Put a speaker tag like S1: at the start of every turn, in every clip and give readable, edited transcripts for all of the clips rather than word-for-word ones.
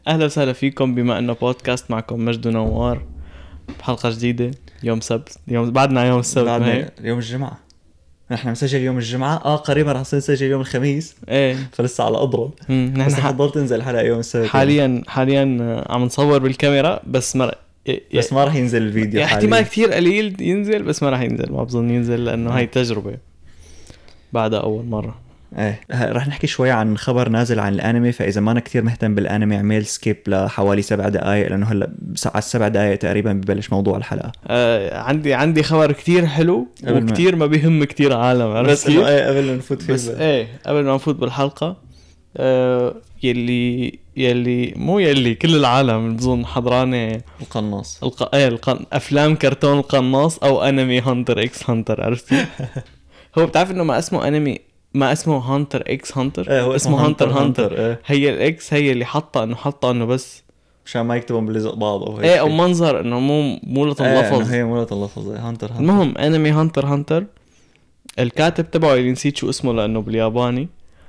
S1: اهلا وسهلا فيكم بما انه بودكاست معكم مجد ونوار بحلقه جديده يوم سبت. بعدنا يوم السبت
S2: بعدنا يوم الجمعة. نحن مسجل يوم الجمعة قريبا رح نسجل يوم الخميس
S1: ايه
S2: فلسه على اضرب.
S1: نحن
S2: بس حضرت تنزل حلقة يوم السبت
S1: حاليا عم نصور بالكاميرا بس
S2: بس ما رح ينزل الفيديو
S1: احتمال كتير قليل ينزل بس ما رح ينزل، ما بظن ينزل لانه هاي تجربه بعدها اول مره.
S2: رح نحكي شوي عن خبر نازل عن الانمي، فاذا ما انا كتير مهتم بالانمي اعمل سكيب لحوالي 7 دقائق لانه هلا على 7 دقائق تقريبا ببلش موضوع الحلقة.
S1: عندي خبر كتير حلو وكتير ما بيهم كتير عالم،
S2: بس انه قبل ما نفوت فيه
S1: بس قبل ما نفوت بالحلقة يلي مو يلي كل العالم بظن حضراني
S2: القناص
S1: افلام كرتون القناص او انمي هانتر اكس هانتر، عرفتي؟ هو بتعرف انه ما اسمه انمي، ما اسمه هانتر اكس هانتر،
S2: هو
S1: اسمه هانتر.
S2: ايه.
S1: هي الاكس هي اللي حطها انه بس
S2: مشان ما يكتبون بلزق بعض او
S1: او منظر انه مو لتلفظ.
S2: هي مو لتلفظ. هانتر.
S1: المهم انمي هانتر الكاتب تبعه اللي نسيت شو اسمه لانه بالياباني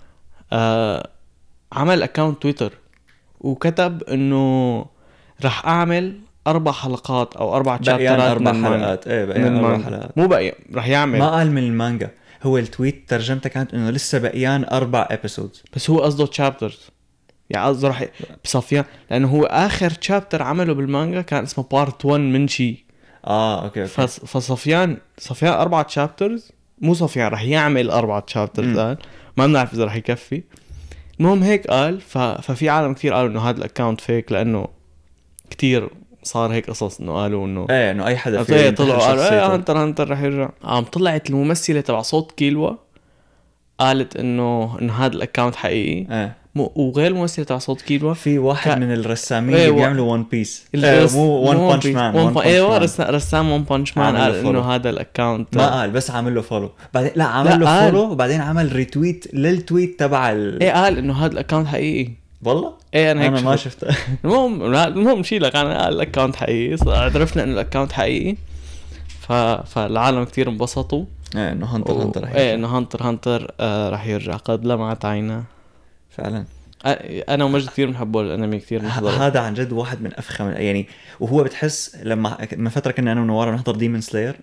S1: عمل اكاونت تويتر وكتب انه راح اعمل 4 حلقات او 4 شابترات
S2: 4 حلقات. بقيان 4 حلقات
S1: مو بقي راح يعمل.
S2: ما قال من المانجا، هو التويت ترجمته كانت انه لسه بقيان 4 ابيسودز،
S1: بس هو قصده تشابترز، يعني قصده راح بصفيان لانه هو اخر تشابتر عمله بالمانجا كان اسمه بارت 1 من شي.
S2: اوكي.
S1: فصفيان 4 تشابترز، مو صفيان راح يعمل 4 تشابترز قال، ما بنعرف اذا راح يكفي. المهم هيك قال. ففي عالم كتير قالوا انه هذا الاكاونت فيك لانه كتير صار هيك قصص انه قالوا انه
S2: انه اي حدا فيه
S1: طلعوا قالوا هانتر رح يرجع. طلعت الممثلة تبع صوت كيلوا قالت انه هذا الاكاونت حقيقي. وغير الممثلة تبع صوت كيلوا
S2: في واحد من الرسامين اللي بيعملوا ون بيس، مو ون بانش مان.
S1: رسام ون بانش مان قال انه هذا الاكاونت
S2: ما قال، بس عامل له فولو بعدين. لا عمل له فولو وبعدين عمل ريتويت للتويت تبع
S1: قال انه هذا الاكاونت حقيقي
S2: والله.
S1: انا
S2: ما شفته.
S1: المهم شيء لك انا قال الاكاونت حقيقي، عرفنا انه الاكاونت حقيقي. فالعالم كتير انبسطوا
S2: انه هانتر
S1: انه هانتر راح يرجع قد لمعت عينه فعلا. انا ومجد كثير بنحبه الانمي، كثير بنحضره.
S2: هذا عن جد واحد من افخم يعني. وهو بتحس لما من فتره كنا انا ونوار بنحضر ديمون سلاير،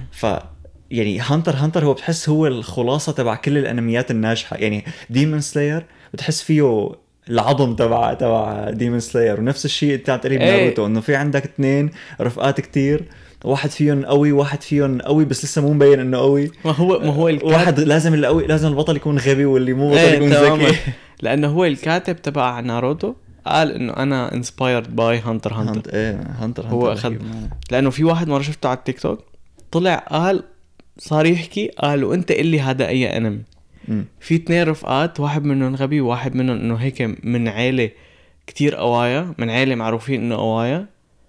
S2: يعني هانتر هو بتحس هو الخلاصه تبع كل الانميات الناجحه. يعني ديمون سلاير بتحس فيه العظم تبع ديمون سلاير، ونفس الشيء انت عم تقولي بناروتو انه في عندك 2 رفقات كتير، واحد فيهم قوي واحد فيهم قوي بس لسه مو مبين انه قوي.
S1: ما هو
S2: واحد لازم القوي، لازم البطل يكون غبي واللي مو بطل يكون ذكي.
S1: لانه هو الكاتب تبع ناروتو قال انه انا انسبايرد باي هانتر. هو اخذ لانه في واحد مره شفته على التيك توك طلع قال صار يحكي قال وانت قل هذا اي انمي. في 2 رفقات، واحد منهم غبي وواحد منهم انه هيك من عيله كتير قوايا، من عيله معروفين انه قوايا،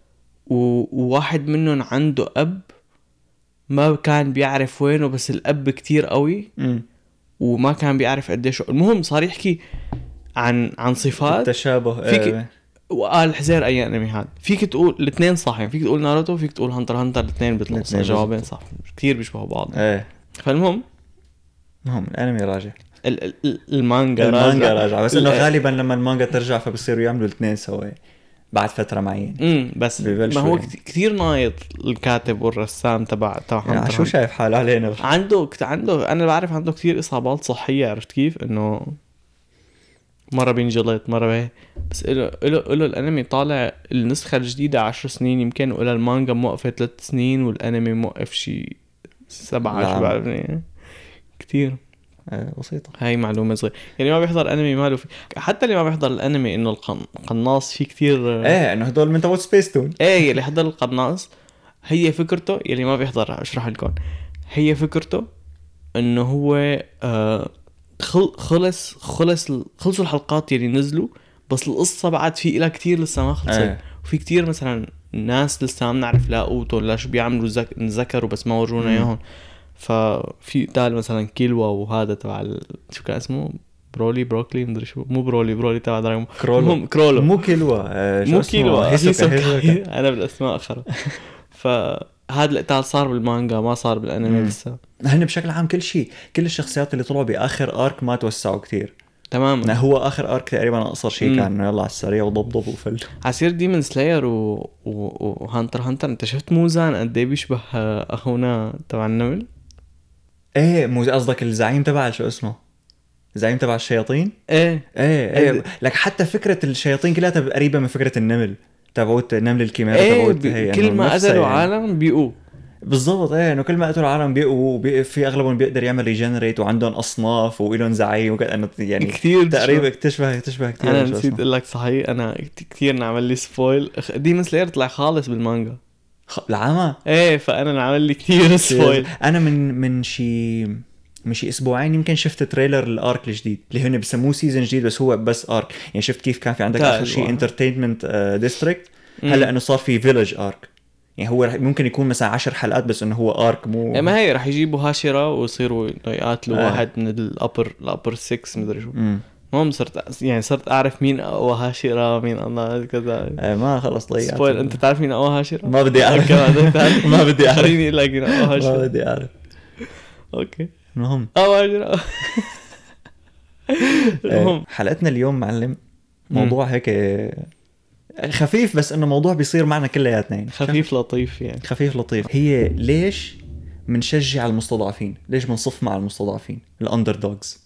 S1: وواحد منهم عنده اب ما كان بيعرف وينه بس الاب كتير قوي وما كان بيعرف قديش. المهم صار يحكي عن صفات
S2: التشابه
S1: فيك. وقال حزير اي انمي هذا فيك تقول الاثنين صح، يعني فيك تقول ناروتو فيك تقول هانتر الاثنين بيطلعوا جوابين صح، كتير بيشبهوا بعض. فالمهم
S2: الانمي راجع،
S1: المانجا
S2: راجع بس انه غالبا لما المانجا ترجع فبصيروا يعملوا الاثنين سوا بعد فترة معينة.
S1: بس ما هو كتير نايض الكاتب والرسام تبع
S2: يعني شو شايف حاله علينا؟
S1: عنده انا بعرف عنده كتير اصابات صحية، عرفت كيف؟ انه مرة بينجلط مرة بس له الانمي طالع النسخة الجديدة 10 سنين يمكن، ولا المانجا موقفة 3 سنين والانمي موقف شي 7 شو بعرفني كتير
S2: بسيطة.
S1: هاي معلومة صغيرة. يعني ما بيحضر انمي ماله حتى اللي ما بيحضر الانمي انه القناص فيه كتير
S2: انه هدول من تبع سبيس تون.
S1: اللي حضر القناص هي فكرته، يلي ما بيحضر اشرح لكم. هي فكرته انه هو خلصوا الحلقات يلي نزلوا، بس القصة بعد في إلها كتير لسه ما خلصت. وفي كتير مثلا ناس لسه ما بنعرف لاقوتهم ولا شو بيعملوا ذكروا بس ما ورونا اياهم. ففي تال مثلا كيلوا وهذا تبع شو كان اسمه بروكلي مدري شو، مو برولي تبع دراغون كرولو
S2: مو كيلوا
S1: انا بالاسماء اخر. فهذا القتال صار بالمانجا ما صار بالانمي لسه.
S2: هن بشكل عام كل الشخصيات اللي طلعوا باخر ارك ما توسعوا كتير.
S1: تماما.
S2: هو اخر ارك تقريبا اقصر شيء كان انه يلا على السريع وضبضب وفل.
S1: عسير ديمون سلاير وهانتر هانتر. انت شفت موزان قد ايه بيشبه اخونا تبع النمل؟
S2: ايه مو قصدك الزعيم تبع شو اسمه، الزعيم تبع الشياطين؟ ايه لك حتى فكره الشياطين كلها قريبه من فكره النمل تبعوت نمل الكيميرا تبعوت هي
S1: كل ما قتلوا عالم بيقوا
S2: بالضبط. انه كل ما قتلوا عالم بيقوا في اغلبهم بيقدر يعمل ريجنريت وعندهم اصناف وإلهم زعيم يعني
S1: كثير
S2: تقريبا تشبه كثير.
S1: انا نسيت اقول لك صحيح، انا كثير نعمل لي سبويل. ديمون سلاير طلع خالص بالمانجا
S2: العامة.
S1: فانا نعمل لي كثير سبويل.
S2: انا من شي اسبوعين يمكن شفت تريلر الارك الجديد اللي هن بسموه سيزن جديد بس هو بس ارك. يعني شفت كيف كان في عندك اخر شيء انترتينمنت ديستريكت، هلا انه صار في فيلج ارك. يعني هو ممكن يكون مثلا 10 حلقات بس انه هو ارك مو
S1: ما هي رح يجيبوا هاشيرا ويصيروا يقاتلوا واحد من الابر 6 مدري شو. المهم صرت اعرف مين اقوى هاشيرا مين الله كذا.
S2: ما خلص ضيعت
S1: سبويل. انت تعرف مين اقوى هاشيرا؟
S2: ما بدي اعرف. ما بدي اعرف.
S1: خليني اقول لك مين اقوى هاشيرا.
S2: ما بدي اعرف.
S1: اوكي
S2: المهم
S1: هاشيرا.
S2: المهم حلقتنا اليوم معلم موضوع هيك خفيف بس انه موضوع بيصير معنا كلياتنا يعني.
S1: خفيف لطيف يعني.
S2: خفيف لطيف. هي ليش منشجع المستضعفين؟ ليش منصف مع المستضعفين الاندر دوجز؟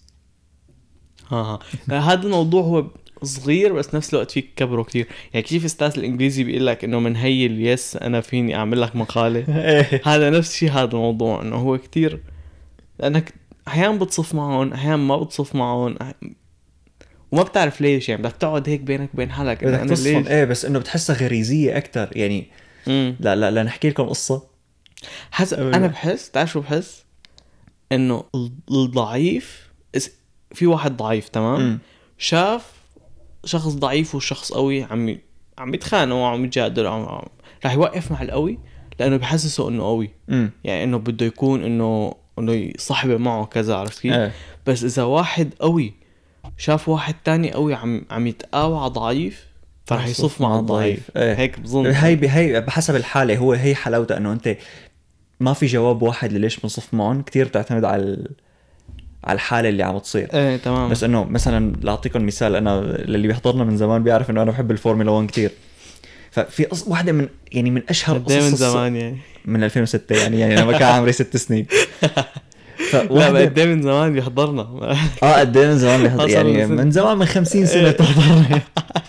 S1: هذا الموضوع هو صغير بس نفس الوقت فيه كبره كتير. يعني كيف استاذ الانجليزي بيقول لك انه من هي اليس انا فيني اعمل لك مقاله. هذا نفس الشيء. هذا الموضوع انه هو كتير لانك احيانا بتصف معهم احيانا ما بتصف معهم وما بتعرف ليش. يعني بدك تقعد هيك بينك وبين حالك
S2: بدك تصفن. بس انه بتحسها غريزيه اكتر يعني. لا نحكي لكم قصه.
S1: انا بحس تعرف شو بحس؟ انه الضعيف في واحد ضعيف تمام شاف شخص ضعيف وشخص قوي عم يتخانقوا وعم يتجادلوا راح يوقف مع القوي لانه بحسسه انه قوي. يعني انه بده يكون انه يصاحبه معه كذا. عرفت كيف؟ بس اذا واحد قوي شاف واحد تاني قوي عم يتقاوى على ضعيف فرح يصف مع الضعيف. هيك بظن.
S2: هي بحسب الحاله. هي حلاوته انه انت ما في جواب واحد ليش بنصف معهم. كتير بتعتمد على الحاله اللي عم تصير.
S1: تمام.
S2: بس انه مثلا لاعطيكم مثال، انا اللي بيحضرنا من زمان بيعرف انه انا بحب الفورمولا 1 كتير. ففي واحده من اشهر
S1: قصص من زمان يعني
S2: من 2006 يعني لما كان عمري 6 سنين.
S1: لا قد من زمان بيحضرنا.
S2: قد من زمان بيحضر يعني من زمان من 50 سنه تحضرني.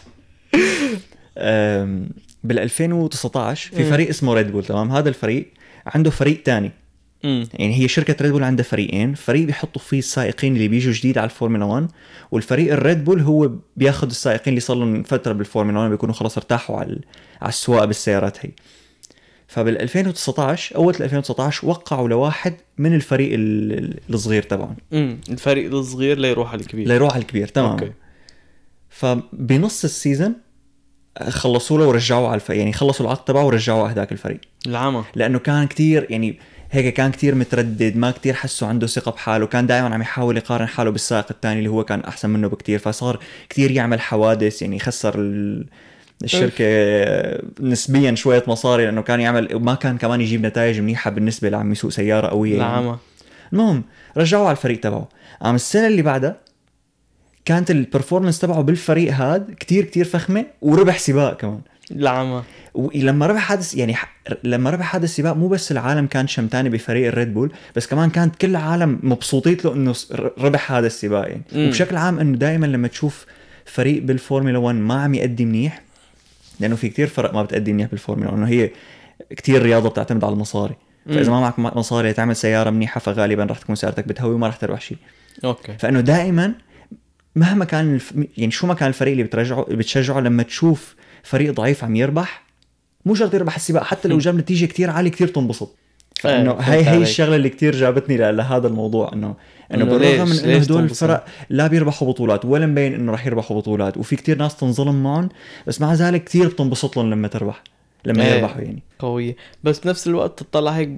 S2: بال 2019 في فريق اسمه ريد بول. تمام. هذا الفريق عنده فريق تاني. يعني هي شركة ريد بول عندها فريقين. فريق بيحطوا فيه السائقين اللي بيجوا جديد على الفورمولا 1 والفريق الريد بول هو بياخد السائقين اللي صار لهم فترة بالفورمولا 1 بيكونوا خلاص ارتاحوا على السواقة بالسيارات هي. فبال 2019 اول 2019 وقعوا لواحد من الفريق الصغير تبعهم.
S1: الفريق الصغير ليروح على الكبير.
S2: تمام. أوكي. فبنص السيزن خلصوا له ورجعوا على يعني خلصوا العقد تبعه ورجعوا على هذاك الفريق
S1: العامة.
S2: لانه كان كتير يعني هيك كان كتير متردد، ما كتير حسوا عنده ثقة بحاله، كان دائما عم يحاول يقارن حاله بالسائق الثاني اللي هو كان احسن منه بكتير. فصار كتير يعمل حوادث. يعني خسر الشركة نسبيا شوية مصاري لانه كان يعمل ما كان كمان يجيب نتائج منيحة بالنسبة لعم يسوق سيارة قوية
S1: العامة.
S2: يعني. المهم رجعوا على الفريق تبعه. السنة اللي بعدها كانت البرفورمانس تبعه بالفريق هاد كتير فخمة وربح سباق كمان.
S1: العامة.
S2: ولما ربح حادث يعني لما ربح هذا السباق مو بس العالم كان شمتاني بفريق الريد بول بس كمان كانت كل العالم مبسوطين له انه ربح هذا السباق يعني. وبشكل عام انه دائما لما تشوف فريق بالفورمولا 1 ما عم يقدم منيح لانه في كتير فرق ما بتقدم منيح بالفورمولا انه هي كتير رياضة بتعتمد على المصاري. فاذا ما معك مصاري تعمل سيارة منيحة فغالبا راح تكون سيارتك بتهوي وما راح تربح شيء.
S1: اوكي.
S2: فانه دائما مهما كان يعني شو ما كان الفريق اللي بتشجعه لما تشوف فريق ضعيف عم يربح مو شرط يربح السباق حتى لو جاب نتيجة كتير عالية كتير تنبسط. فإنه هي الشغلة اللي كتير جابتني لهذا الموضوع إنه بالرغم من إنه هدول الفرق لا بيربحوا بطولات ولا مبين إنه راح يربحوا بطولات وفي كتير ناس تنظلم معهم بس مع ذلك كتير بتنبسط لهم لما تربح لما يربحوا يعني
S1: قوية. بس بنفس الوقت تطلع هيك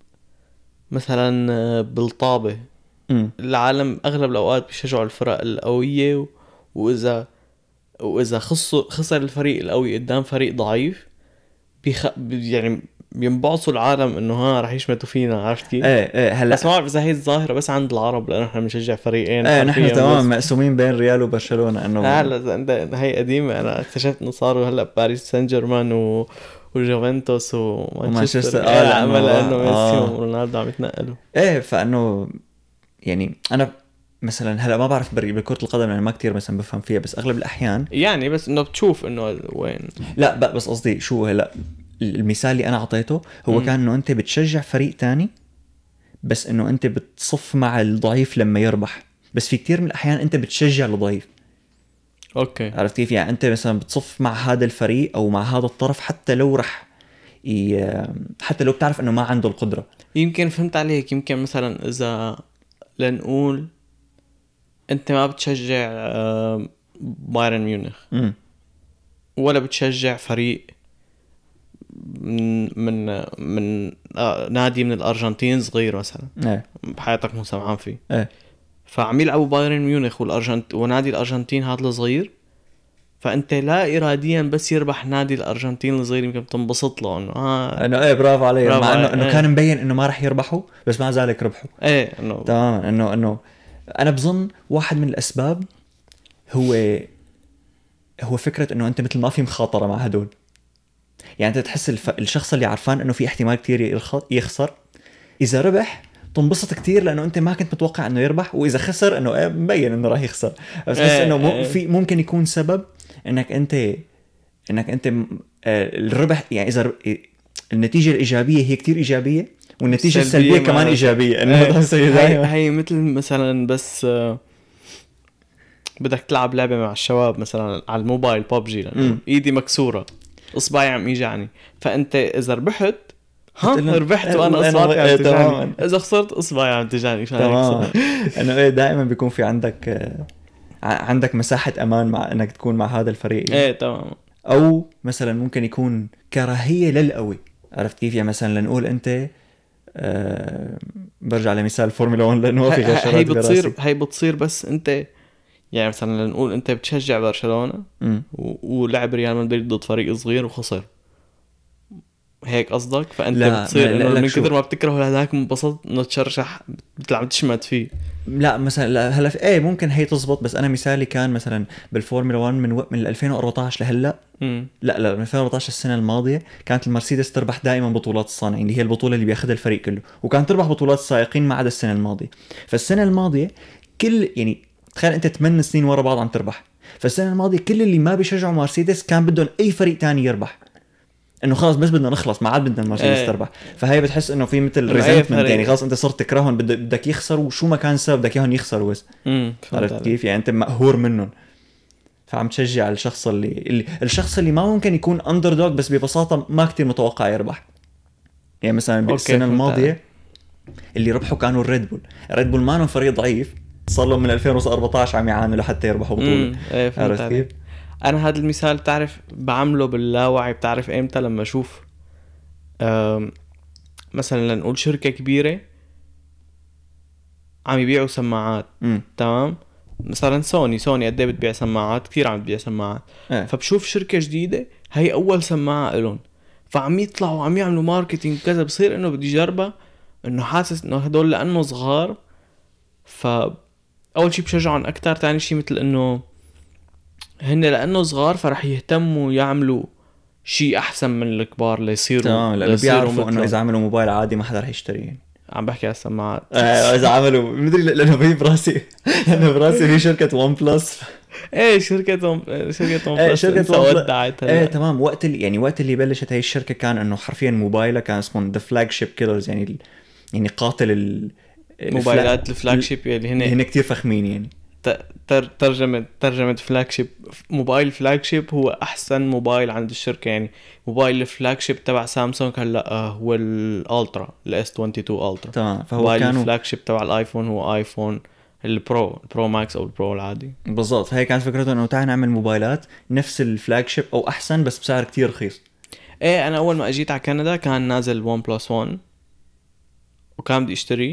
S1: مثلا بالطابة العالم أغلب الأوقات بيشجعوا الفرق القوية وإذا خسر الفريق القوي قدام فريق ضعيف يعني بينبعصوا العالم انه ها رح يشمتوا فينا، عرفت كيف؟
S2: ايه هلا
S1: بس ما بعرف اذا هي الظاهره بس عند العرب، لانه احنا بنشجع فريقين.
S2: نحن تمام مقسومين بين ريال وبرشلونه. انه
S1: هلا هي قديمه، انا اكتشفت انه صاروا هلا باريس سان جيرمان وجوفنتوس ومانشستر لانه ميسي ورونالدو عم يتنقلوا.
S2: فانه يعني انا مثلا هلا ما بعرف بكرة القدم، يعني ما كتير مثلا بفهم فيها، بس اغلب الاحيان
S1: يعني بس انه بتشوف انه وين.
S2: لا بس قصدي شو هلا المثال اللي انا اعطيته هو كان انه انت بتشجع فريق تاني، بس انه انت بتصف مع الضعيف لما يربح، بس في كتير من الاحيان انت بتشجع الضعيف.
S1: اوكي،
S2: عرفت كيف؟ يعني انت مثلا بتصف مع هذا الفريق او مع هذا الطرف حتى لو حتى لو بتعرف انه ما عنده القدرة.
S1: يمكن فهمت عليك. يمكن مثلا اذا لنقول انت ما بتشجع بايرن ميونخ ولا بتشجع فريق من نادي من الارجنتين صغير مثلا بحياتك مو سمعان فيه، فعم يلعبوا بايرن ميونخ ونادي الارجنتين هذا الصغير، فانت لا اراديا بس يربح نادي الارجنتين الصغير يمكن تنبسط له
S2: انه برافو عليه، مع انه كان مبين انه ما راح يربحوا، بس مع ذلك ربحوا.
S1: انه
S2: تمام. انه انا بظن واحد من الاسباب هو فكرة انه انت مثل ما في مخاطرة مع هدول. يعني انت تحس الشخص اللي عارفان انه في احتمال كتير يخسر، اذا ربح تنبسط كتير لانه انت ما كنت متوقع انه يربح، واذا خسر انه مبين انه راح يخسر، بس تحس انه في ممكن يكون سبب انك انت الربح. يعني اذا النتيجة الايجابية هي كتير ايجابية والنتيجة السلبية كمان ايجابية، انه
S1: هي مثل مثلا بس بدك تلعب لعبة مع الشباب مثلا على الموبايل بابجي، لأنه ايدي مكسورة اصبعي عم يجعني، فانت اذا ربحت ربحت وانا اصبعي عم تجعني، اذا خسرت اصبعي عم تجعني.
S2: تمام. انه دائما بيكون في عندك مساحة امان مع انك تكون مع هذا الفريق.
S1: تمام.
S2: او مثلا ممكن يكون كراهية للقوي، عرفت كيف؟ يعني مثلا لنقول انت برجع لمثال فورمولا 1 لانه في غشرات
S1: هي بتصير بس انت يعني مثلا نقول انت بتشجع برشلونة ولعب ريال مدريد ضد فريق صغير وخسر، هيك قصدك؟ فانت بتصير انه من كثر ما بتكره هذاك منبسط انه تشرشح بتلعب تشمت فيه.
S2: لا مثلا هلا ممكن هي تزبط، بس انا مثالي كان مثلا بالفورمولا 1 من 2014 لهلا. لا من 2014 السنه الماضيه كانت المرسيدس تربح دائما بطولات الصانعين، اللي هي البطوله اللي بياخذها الفريق كله، وكانت تربح بطولات السائقين ما عدا السنه الماضيه. فالسنه الماضيه يعني تخيل انت 8 سنين ورا بعض عم تربح، فالسنه الماضيه كل اللي ما بيشجعوا مرسيدس كان بدهم اي فريق تاني يربح، انه خلاص بس بدنا نخلص، ما عاد بدنا المرسيدس تربح. فهي بتحس انه في مثل ريزنتمنت، يعني خلاص انت صرت تكرههم، بدك يخسروا وشو ما كان السبب بدك اياهم يخسروا بس. عرفت كيف؟ يعني انت مقهور منهم، فعم تشجع الشخص اللي ما ممكن يكون اندر دوغ، بس ببساطه ما كتير متوقع يربح. يعني مثلا بالسنه الماضيه اللي ربحوا كانوا الريد بول ما لهم فريق ضعيف، صار لهم من 2014 عم يعانوا لحتى يربحوا بطوله. عرفت كيف؟
S1: انا هذا المثال تعرف بعمله باللاوعي. بتعرف امتى؟ لما اشوف مثلا لنقول شركة كبيرة عم يبيعوا سماعات. تمام. مثلا سوني قد ايه بتبيع سماعات؟ كثير عم تبيع سماعات. فبشوف شركة جديدة هي اول سماعة لهم، فعم يطلعوا عم يعملوا ماركتينج كذا، بصير انه بدي جربها، انه حاسس انه هدول لانه صغار فاول شيء بشجعهم اكتر. تاني شيء مثل انه هن لانه صغار فرح يهتموا يعملوا شيء احسن من الكبار ليصيروا
S2: لانه بيعرفوا انه اذا عملوا موبايل عادي ما حدا رح يشتريه.
S1: عم بحكي على السماعات.
S2: اذا عملوا مدري، لانه في براسي في شركه ون بلس.
S1: شركه ون بلس ودعت.
S2: تمام. وقت اللي بلشت هاي الشركه كان انه حرفيا موبايله كان اسمه ذا فلاج شيب كيلرز، يعني قاتل
S1: موبايلات الفلاج شيب اللي هن
S2: كتير فخمين. يعني
S1: ترجمة فلاج شيب، موبايل فلاج شيب هو أحسن موبايل عند الشركة. يعني موبايل الفلاج شيب تبع سامسونج هلا هو الالترا S22 الترا.
S2: تمام. فهو
S1: موبايل الفلاج شيب تبع الايفون هو ايفون البرو ماكس او البرو العادي.
S2: بالضبط. فهي كانت فكرته انه تعال نعمل موبايلات نفس الفلاج شيب او احسن بس بسعر كتير رخيص.
S1: انا اول ما اجيت على كندا كان نازل ون بلس 1 وكان بدي اشتري،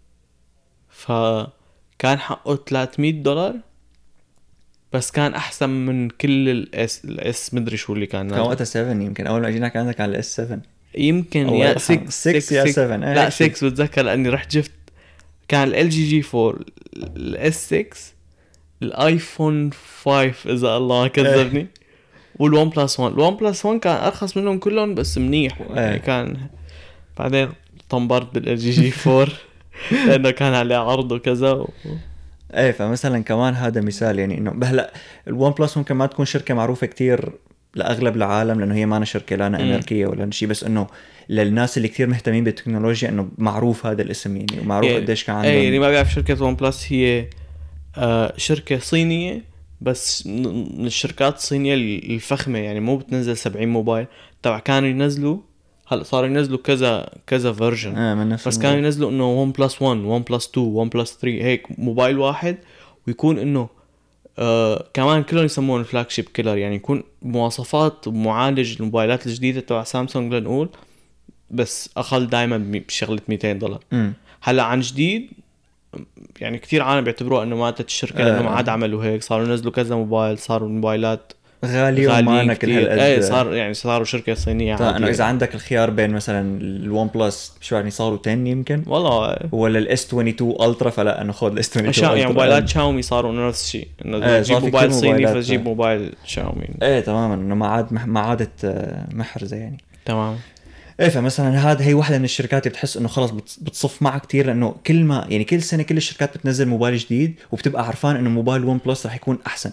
S1: فكان حقه $300 بس كان احسن من كل الاس مدري شو اللي كان
S2: وقتها 7 يمكن اول ما اجينا كان عندك على الاس 7.
S1: يمكن يا 6
S2: يا 7.
S1: لا 6 بتذكر لاني رحت جبت كان ال جي جي 4 الاس 6 الايفون 5 اذا الله كذبني والون بلس 1. الون بلس 1 كان ارخص منهم كلهم بس منيح يعني كان. بعدين طنبرت بالال جي جي 4 لانه كان عليه عرض وكذا
S2: ايه فمثلا كمان هذا مثال يعني انه بهلا الون بلس ممكن ما تكون شركه معروفه كتير لاغلب العالم لانه هي ما شركه لا امريكيه ولا شيء، بس انه للناس اللي كتير مهتمين بالتكنولوجيا انه معروف هذا الاسم يعني ومعروف قديش كان عندهم.
S1: يعني ما بيعرف شركه ون بلس هي شركه صينيه بس من الشركات الصينيه الفخمه يعني مو بتنزل 70 موبايل تبع كانوا ينزلوا. هلا صاروا ينزلوا كذا فيرجن بس كانوا ينزلوا انه ون بلس 1 ون بلس 2 ون بلس 3 هيك موبايل واحد ويكون انه كمان كلهم يسمون الفلاج شيب كيلر يعني يكون مواصفات معالج الموبايلات الجديدة تبع سامسونج لنقول بس أقل دايما بشغلة $200. هلا عن جديد يعني كتير عالم بيعتبروها انه ماتت الشركة لانه ما عاد عملوا هيك. صاروا ينزلوا كذا موبايل صاروا الموبايلات
S2: غالية وما كل هالقد.
S1: ايه صاروا شركة صينية عادية.
S2: انه اذا عندك الخيار بين مثلا الون بلس شو يعني صاروا 10 يمكن
S1: والله
S2: ولا الاس 22 الترا فلا انه خذ الاس 22
S1: يعني موبايلات شاومي صاروا نفس الشيء انه تجيب موبايل صيني فتجيب موبايل شاومي.
S2: ايه تماما انه ما عادت محرزة يعني.
S1: تمام.
S2: ايه فمثلا هي واحدة من الشركات اللي بتحس انه خلص بتصف معها كتير لانه كل ما يعني كل سنة كل الشركات بتنزل موبايل جديد وبتبقى عارفان انه موبايل ون بلس رح يكون احسن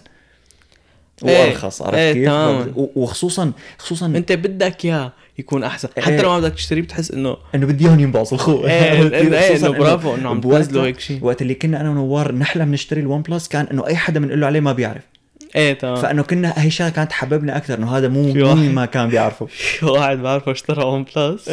S2: وارخص. عرفت كيف؟ وخصوصا
S1: انت بدك اياه يكون احسن حتى لو ما بدك تشتريه بتحس انه
S2: بدي اياهم ينبعصوا اخوه.
S1: انه برافو انه عم تنزلوا هيك شيء.
S2: وقت اللي كنا انا ونوار نحلم نشتري الون بلس كان انه اي حدا بنقول له عليه ما بيعرف.
S1: تمام.
S2: فانه كنا هي شغله كانت تحببنا اكثر انه هذا مو ما كان بيعرفه.
S1: في واحد بعرفه اشترى ون بلس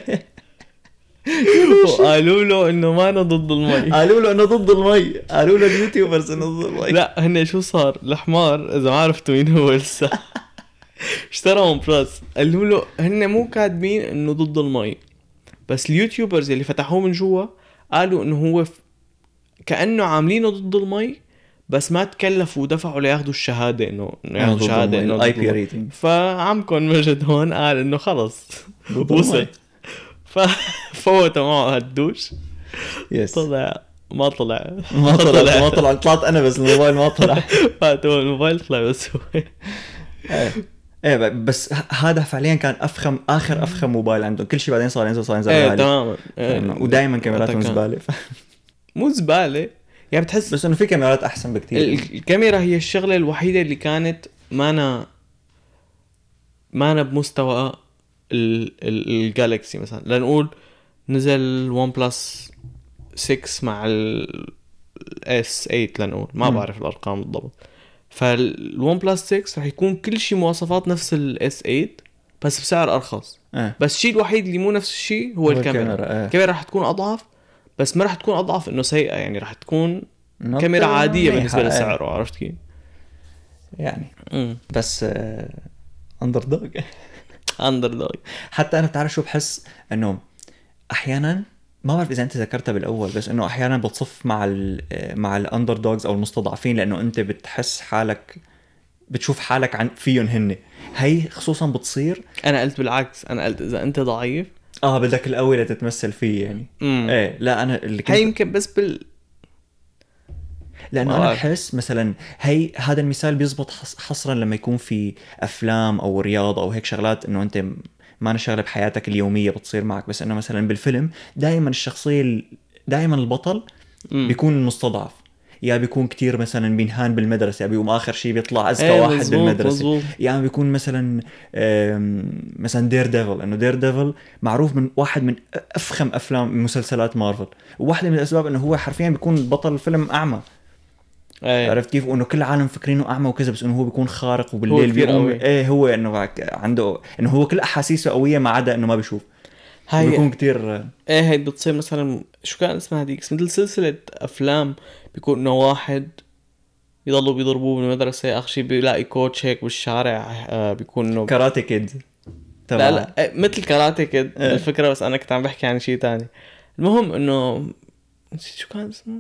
S1: وقالوا له انه ما انا ضد المي.
S2: قالوا له انه ضد المي. قالوا له اليوتيوبرز انه ضد المي.
S1: لا هن شو صار الحمار اذا ما عرفتوا مين هو لسه اشترى ون بلس. قالوا له هن مو كاتبين انه ضد المي بس اليوتيوبرز اللي فتحوه من جوا قالوا انه هو كأنه عاملينه ضد المي بس ما تكلفوا ودفعوا لياخدوا الشهادة انه ياخدوا شهادة انه
S2: الاي بي ريتنج.
S1: فعمكم مجد هون قال انه خلص وصل ففوتوا معه هالدوش. طلع ما طلع
S2: طلعت انا بس الموبايل ما طلع.
S1: فاتوا الموبايل طلع بس هو
S2: ايه بس هذا فعليا كان افخم موبايل عندهم. كل شيء بعدين صار ينزل
S1: تمام.
S2: ودائما كاميراتهم زبالة
S1: مو زبالة يعني بتحس
S2: بس انه في كاميرات احسن بكتير.
S1: الكاميرا هي الشغلة الوحيدة اللي كانت مانا بمستوى الجالكسي مثلا. لنقول نزل ون بلس 6 مع الاس 8 لنقول ما بعرف الارقام بالضبط. فالون بلس 6 رح يكون كل شيء مواصفات نفس الاس 8 بس بسعر ارخص. بس الشيء الوحيد اللي مو نفس الشيء هو الكاميرا. الكاميرا رح تكون اضعف بس ما رح تكون اضعف انه سيئة يعني رح تكون كاميرا عادية بالنسبة لسعره. عرفت كيف
S2: يعني بس اندر دوغ. حتى انا بتعرف شو بحس انه احيانا ما بعرف اذا انت ذكرتها بالاول بس انه احيانا بتصف مع الاندر دوغز او المستضعفين لانه انت بتحس حالك بتشوف حالك فيهم هن. هي خصوصا بتصير.
S1: انا قلت بالعكس. انا قلت اذا انت ضعيف
S2: بدك القوي لتتمثل فيه يعني. ايه لا انا اللي كنت
S1: هي يمكن بس
S2: لانه انا بحس مثلا هذا المثال بيزبط حصرا لما يكون في افلام او رياضه او هيك شغلات انه انت ما شغله بحياتك اليوميه بتصير معك. بس انه مثلا بالفيلم دائما الشخصيه دائما البطل بيكون المستضعف يا بيكون كتير مثلا بينهان بالمدرسه يا بيقوم اخر شيء بيطلع اذكى واحد مزبوط بالمدرسه يعني بيكون مثلا دير ديفل. انه دير ديفل معروف من واحد من افخم افلام مسلسلات مارفل وواحده من الاسباب انه هو حرفيا بيكون بطل الفيلم اعمى. عرفت كيف؟ وانه كل العالم فكرينه اعمى وكذا بس انه هو بيكون خارق وبالليل بيقوم هو انه عنده انه هو كل احاسيسه قويه ما عدا انه ما بيشوف. بيكون كتير
S1: هي بتصير مثلا شو كان اسمها هذيك مثل سلسله افلام بيكون انه واحد يضلوا بيضربوه بالمدرسه اخر شيء بيلاقي كوتش هيك بالشارع بيكون انه
S2: كاراتي كيد.
S1: لا مثل كاراتي كيد الفكره بس انا كنت عم بحكي عن شيء تاني. المهم انه شو كان اسمه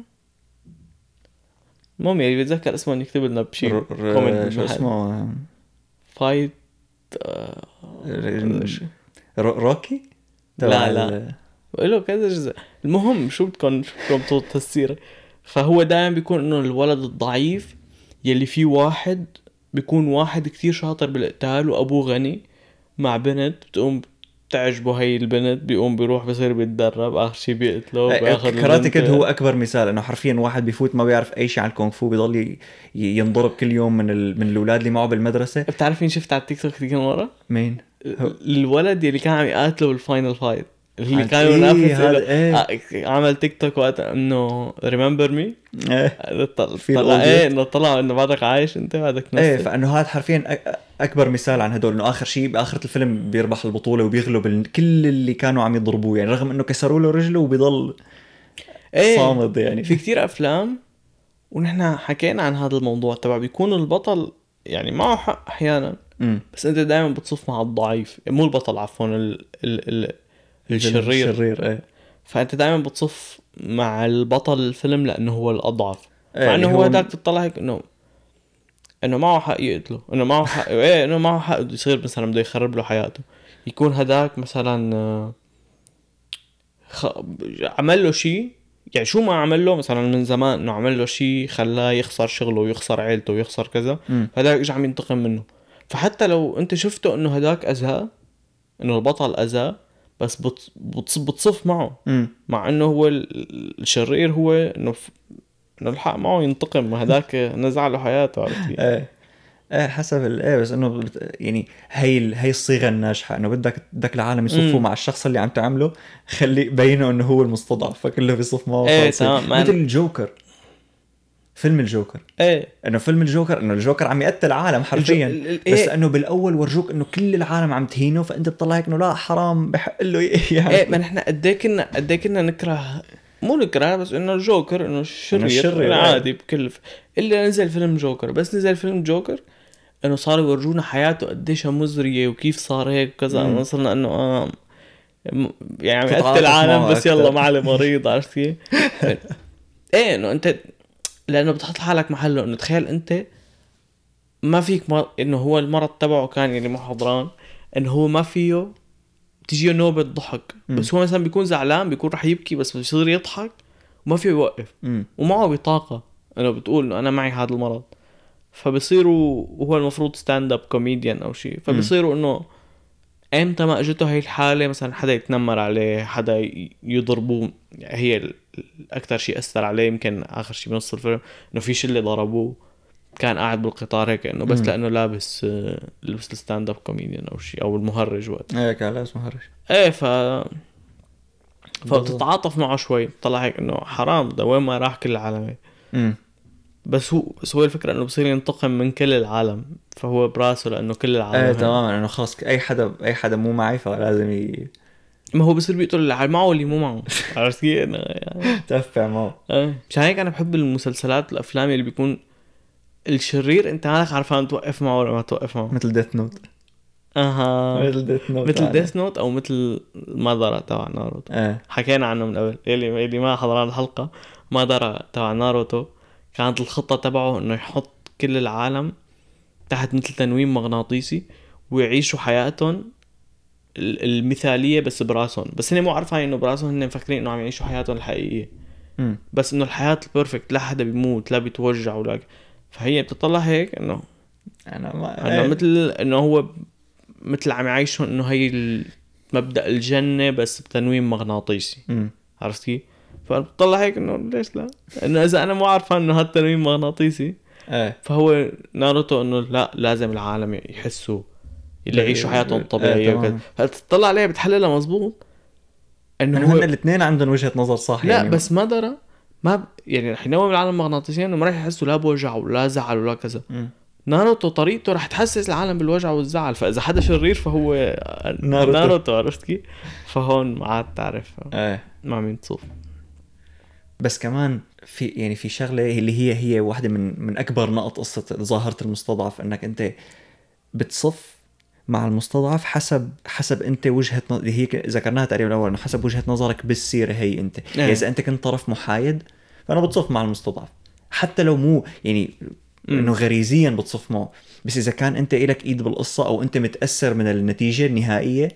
S1: المهم يعني بتذكر اسمه نكتب لنا بشيء
S2: كومنت شو اسمه
S1: فايت
S2: روكي؟
S1: لا له كذا جزء. المهم شو بدكم تطول السيرة. فهو دائما بيكون انه الولد الضعيف يلي فيه واحد بيكون واحد كتير شاطر بالقتال وابوه غني مع بنت بتقوم تعجبه هاي البنت، بيقوم بيروح بصير بيتدرب، اخر شيء بيقتله باخذ
S2: كاراتي كيد هو اكبر مثال انه حرفيا واحد بيفوت ما بيعرف اي شيء عن الكونغ فو بيضل ينضرب كل يوم من الاولاد اللي معه بالمدرسه.
S1: بتعرف مين شفت على التيك توك كثير مره؟
S2: مين؟
S1: الولد اللي كان عم يقاتله بالفاينل فايت اللي كان ينافس عمل تيك توك وقت انه ريمبر مي طلع انه طلع انه بعدك عايش انت بعدك
S2: نفسك فانه هذا حرفيا اكبر مثال عن هدول انه اخر شيء باخره الفيلم بيربح البطوله وبيغلب كل اللي كانوا عم يضربوه يعني رغم انه كسروا له رجله وبيضل صامد يعني.
S1: في كتير افلام ونحن حكينا عن هذا الموضوع تبع بيكون البطل يعني معه حق احيانا بس انت دائما بتصف مع الضعيف، مو البطل عفوا الشرير فانت دائما بتصف مع البطل الفيلم لانه هو الاضعف مع انه هو هداك بتطلع هيك انه معه حق يقتله، انه معه حق انه معه حق يصير مثلا بده يخرب له حياته، يكون هداك مثلا عمل له شيء يعني شو ما عمل له مثلا من زمان انه عمل له شيء خلاه يخسر شغله ويخسر عيلته ويخسر كذا، فهداك اجى عم ينتقم منه. فحتى لو انت شفته انه هداك اذاه، انه البطل اذاه، بس بتصف معه مع انه هو الشرير هو انه الحق معه ينتقم، هداك نزع له حياته. عرفتي؟
S2: حسب بس انه يعني هي الصيغه الناجحه انه بدك العالم يصفوا مع الشخص اللي عم تعمله، خلي بينه انه هو المستضعف فكله بيصف معه. مثل الجوكر، فيلم الجوكر انه فيلم الجوكر انه الجوكر عم يقتل العالم حرفيا بس انه بالاول ورجوك انه كل العالم عم تهينه فانت بتطلع هيك انه لا حرام بحق له يعني.
S1: ما نحن قد ايه كنا نكره، مو نكره بس انه الجوكر انه الشرير عادي بكل الا نزل فيلم جوكر. بس نزل فيلم جوكر انه صار يورجونا حياته قديش مزريه وكيف صار هيك وكذا، وصلنا انه يعني قتل العالم بس يلا معلي مريض. عرفت كيف؟ انه انت لانه بتحط حالك محله، انه تخيل انت ما فيك انه هو المرض تبعه كان يعني محضران انه هو ما فيه تجيه نوبة ضحك، بس هو مثلا بيكون زعلان بيكون رح يبكي بس بيصير يضحك وما فيه يوقف، ومعه بطاقة انه بتقول انه انا معي هذا المرض، فبصيروا وهو المفروض ستاند اب كوميديان او شيء، فبصيروا انه امتى ما اجته هاي الحالة مثلا حدا يتنمر عليه، حدا يضربوه، هي اكثر شيء اثر عليه يمكن اخر شيء بنص الفيلم انه في شله ضربوه كان قاعد بالقطار هيك انه بس لانه لابس الستاند اب كوميديان او شيء او المهرج وقت
S2: كان لابس مهرج
S1: فبتتعاطف معه شوي، طلع هيك انه حرام ده وين ما راح كل العالم بس هو الفكره انه بصير ينتقم من كل العالم، فهو براسه لانه كل العالم
S2: تماما انه خلص اي حدا مو معي فلازم
S1: ما هو بصير بيقتل اللي معه واللي مو معه. عرفت كيف؟ يعني
S2: تفع معه.
S1: مشان هيك انا بحب المسلسلات والافلام اللي بيكون الشرير انت مالك عارفان توقف معه ولا ما توقف معه،
S2: مثل ديث نوت.
S1: مثل ديث نوت او مثل مادارا تبع ناروتو. حكينا عنه من قبل، اللي ما حضران الحلقه. مادارا تبع ناروتو كانت الخطه تبعه انه يحط كل العالم تحت مثل تنويم مغناطيسي ويعيشوا حياتهم المثاليه بس براسهم، بس هن مو عارفين انه براسهم، هن مفكرين انه عم يعيشوا حياتهم الحقيقيه، بس انه الحياه البيرفكت لا حدا بيموت لا بيتوجع ولا. فهي بتطلع هيك انه انه مثل انه هو مثل عم يعيشهم انه هي مبدأ الجنه بس بتنويم مغناطيسي. عرفت كيف؟ فبتطلع هيك انه ليش لا، انه اذا انا مو عارفه انه هذا تنويم مغناطيسي فهو ناروتو انه لا لازم العالم يحسوا اللي يعيشوا حياتهم طبيعيه وكذا. فتطلع عليه بتحللها مزبوط
S2: انه هن الاثنين عندهم وجهه نظر صح.
S1: لا
S2: يعني
S1: بس مادارا ما يعني رح ينوم العالم المغناطيسيين وما رح يحسوا لا بوجع ولا زعل ولا كذا. ناروتو طريقته رح تحسس العالم بالوجع والزعل، فاذا حدا شرير فهو ناروتو. عرفت كيف؟ فهون ما عاد تعرف ما مين تصوف.
S2: بس كمان في شغله اللي هي واحده من اكبر نقط قصه ظاهره المستضعف، انك انت بتصف مع المستضعف حسب انت وجهه هي ذكرناها تقريبا الاول، انه حسب وجهه نظرك بالسيره هي انت. يعني اذا انت كنت طرف محايد فانا بتصف مع المستضعف حتى لو مو يعني انه غريزيا بتصف معه، بس اذا كان انت إلك ايد بالقصه او انت متاثر من النتيجه النهائيه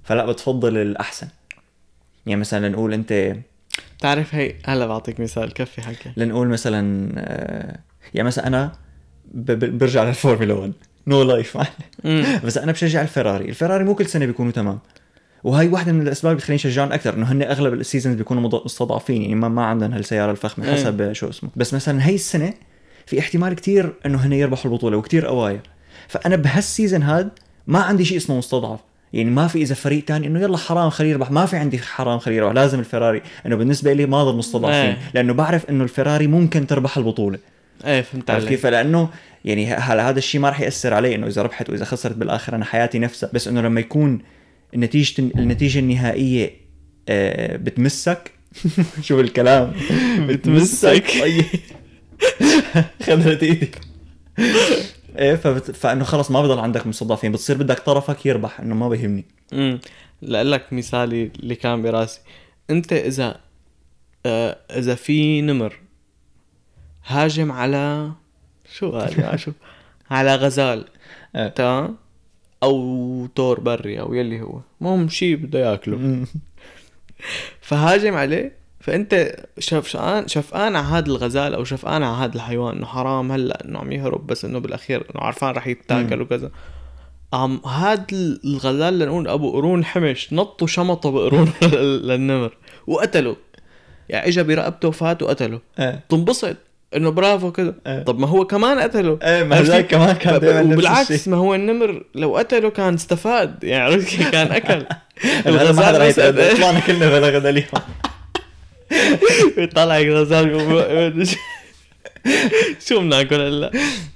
S2: فلا بتفضل الأحسن. يعني مثلا نقول أنت
S1: تعرف هي هلا بعطيك مثال كفي حكي.
S2: لنقول مثلا يعني مثلا أنا برجع للفورمولا 1 نو لايف بس أنا بشجع الفراري مو كل سنة بيكونوا تمام، وهي واحدة من الأسباب اللي بتخليني شجعهم أكثر، إنه هن أغلب السيزونز بيكونوا مستضعفين، يعني ما عندهم هالسيارة الفخمة حسب شو اسمه. بس مثلا هي السنة في احتمال كتير إنه هن يربحوا البطولة وكتير قوايا، فأنا بهالسيزون هاد ما عندي شيء اسمه مستضعف. يعني ما في إذا فريق تاني إنه يلا حرام خليه يربح، ما في عندي حرام خليه يربح، لازم الفراري. إنه بالنسبة لي ما ضل مستضعفين لأنه بعرف إنه الفراري ممكن تربح البطولة.
S1: فهمت عليك
S2: كيف؟ لأنه يعني هذا الشيء ما رح يأثر علي إنه إذا ربحت وإذا خسرت بالآخر أنا حياتي نفسها. بس إنه لما يكون النتيجة النهائية بتمسك شو الكلام
S1: بتمسك
S2: خذت ايدي فانه خلص ما بضل عندك مستضعفين، بتصير بدك طرفك يربح، انه ما بيهمني.
S1: لأقلك مثالي اللي كان براسي، انت اذا في نمر هاجم على شو هذا شو على غزال تمام او طور بري او يلي هو مهم شيء بده ياكله فهاجم عليه، فانت شفقان على هذا الغزال او شفقان على هذا الحيوان انه حرام هلا انه عم يهرب، بس انه بالاخير انه عارفان رح يتاكل وكذا. هذا الغزال لنقول ابو قرون حمش نط وشمطه بقرون للنمر وقتله، يعني اجى برقبته وفات وقتله. تنبسط انه برافو كده. طب ما هو كمان قتله.
S2: ما هذا كمان كان دائما
S1: وبالعكس ما هو النمر لو قتله كان استفاد، يعني كان اكل.
S2: الغزال راح يطلعنا كلنا بلا غدا اليوم
S1: يطلع الغزال شو بناكل هلا.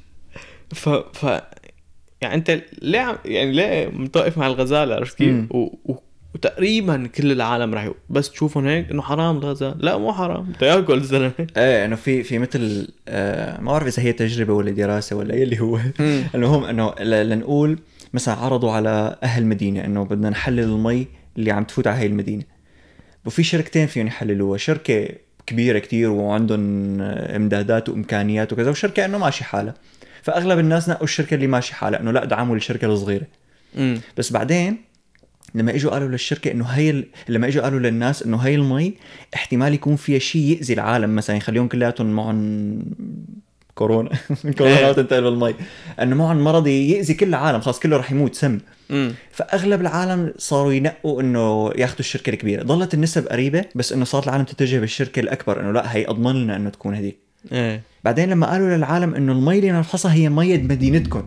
S1: ف يعني انت ليه متوقف مع الغزال؟ عرفت كيف؟ وتقريبا كل العالم راح بس تشوفهم هيك انه حرام الغزال. لا مو حرام، تاكل الزلمه.
S2: انه في مثل ما بعرف اذا هي تجربه ولا دراسه ولا ايه اللي هو المهم انه لنقول مثلا عرضوا على اهل مدينه انه بدنا نحلل المي اللي عم تفوت على هاي المدينه، وفي شركتين فيهم يحللوها، شركه كبيره كتير وعندهم امدادات وامكانيات وكذا، وشركه انه ماشي حالها. فاغلب الناس نقوا الشركه اللي ماشي حالها، انه لا دعموا الشركه الصغيره. بس بعدين لما اجوا قالوا للشركه انه لما اجوا قالوا للناس انه هاي المي احتمال يكون فيها شيء يأذي العالم، مثلا يخليهم كلياتهم معهم كورونا وتنتقل بالمي، انه معهم مرض يأذي كل العالم، خلاص كله رح يموت سم. فاغلب العالم صاروا ينقوا انه ياخذوا الشركه الكبيره. ضلت النسب قريبه، بس انه صارت العالم تتجه بالشركه الاكبر، انه لا هي اضمن لنا انه تكون هذيك. بعدين لما قالوا للعالم انه المي اللي نفحصها هي ميه مدينتكم،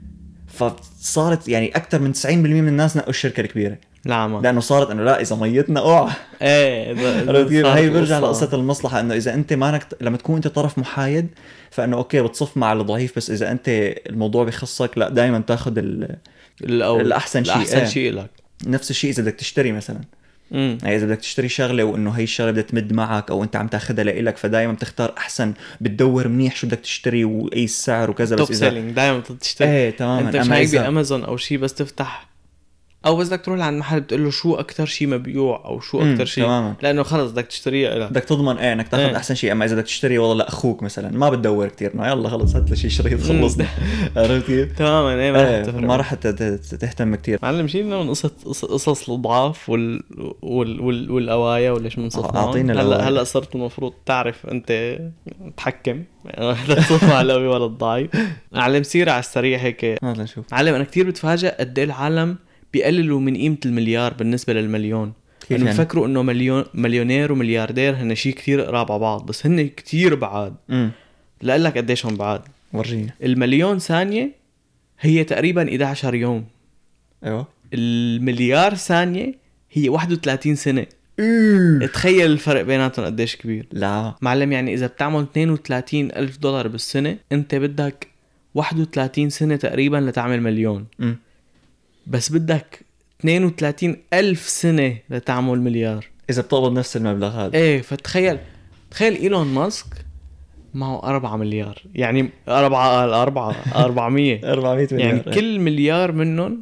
S2: فصارت يعني اكثر من 90% من الناس نقوا الشركه الكبيره.
S1: نعم،
S2: لانه صارت انه لا اذا ميتنا اوعى. هي برجع لقصه المصلحه، انه اذا انت مانك لما تكون انت طرف محايد فانه اوكي بتصف مع الضعيف، بس اذا انت الموضوع بخصك لا دائما تاخذ الاحسن شيء.
S1: الاحسن شيء لك.
S2: نفس الشيء اذا بدك تشتري مثلا، يعني اذا بدك تشتري شغله وانه هي الشغله بدها تمد معك او انت عم تاخذها لإلك، فدايما بتختار احسن، بتدور منيح شو بدك تشتري واي السعر وكذا. بس اذا دائما
S1: تشتري تماما انت مش هيك بامازون او شيء، بس تفتح او بس بدك تروح لعند محل بتقول له شو اكثر شيء مبيوع او شو اكثر شيء، لانه خلص بدك تشتريه بدك
S2: تضمن انك تاخذ احسن شيء. اما اذا بدك تشتري والله لاخوك مثلا ما بتدور كتير، انه يلا خلص هات له شيء شريط خلصنا. عرفت كيف؟
S1: تماما.
S2: ما راح تهتم كتير.
S1: معلم شيلنا من قصص الضعاف والاوايا وليش بنصف هلا صرت المفروض تعرف انت تحكم لا تصف على القوي ولا الضعيف. معلم سيرة على السريع هيك
S2: نشوف.
S1: معلم انا كتير بتفاجئ قد ايه العالم بيقللوا من قيمة المليار بالنسبة للمليون. يعني بفكروا انه مليونير وملياردير هن شيء كتير قراب على بعض، بس هن كتير بعاد. لا لك قديش هم بعاد.
S2: ورجيني.
S1: المليون ثانية هي تقريبا 11 يوم.
S2: ايوه.
S1: المليار ثانية هي 31 سنة. تخيل الفرق بيناتهم قديش كبير.
S2: لا
S1: معلم يعني اذا بتعمل $32,000 بالسنة انت بدك 31 سنة تقريبا لتعمل مليون. بس بدك 32,000 سنة لتعمل مليار
S2: إذا بتقبض نفس المبلغ هذا.
S1: فتخيل إيلون ماسك معه 4 مليار، يعني 400
S2: مليار.
S1: يعني كل مليار منهم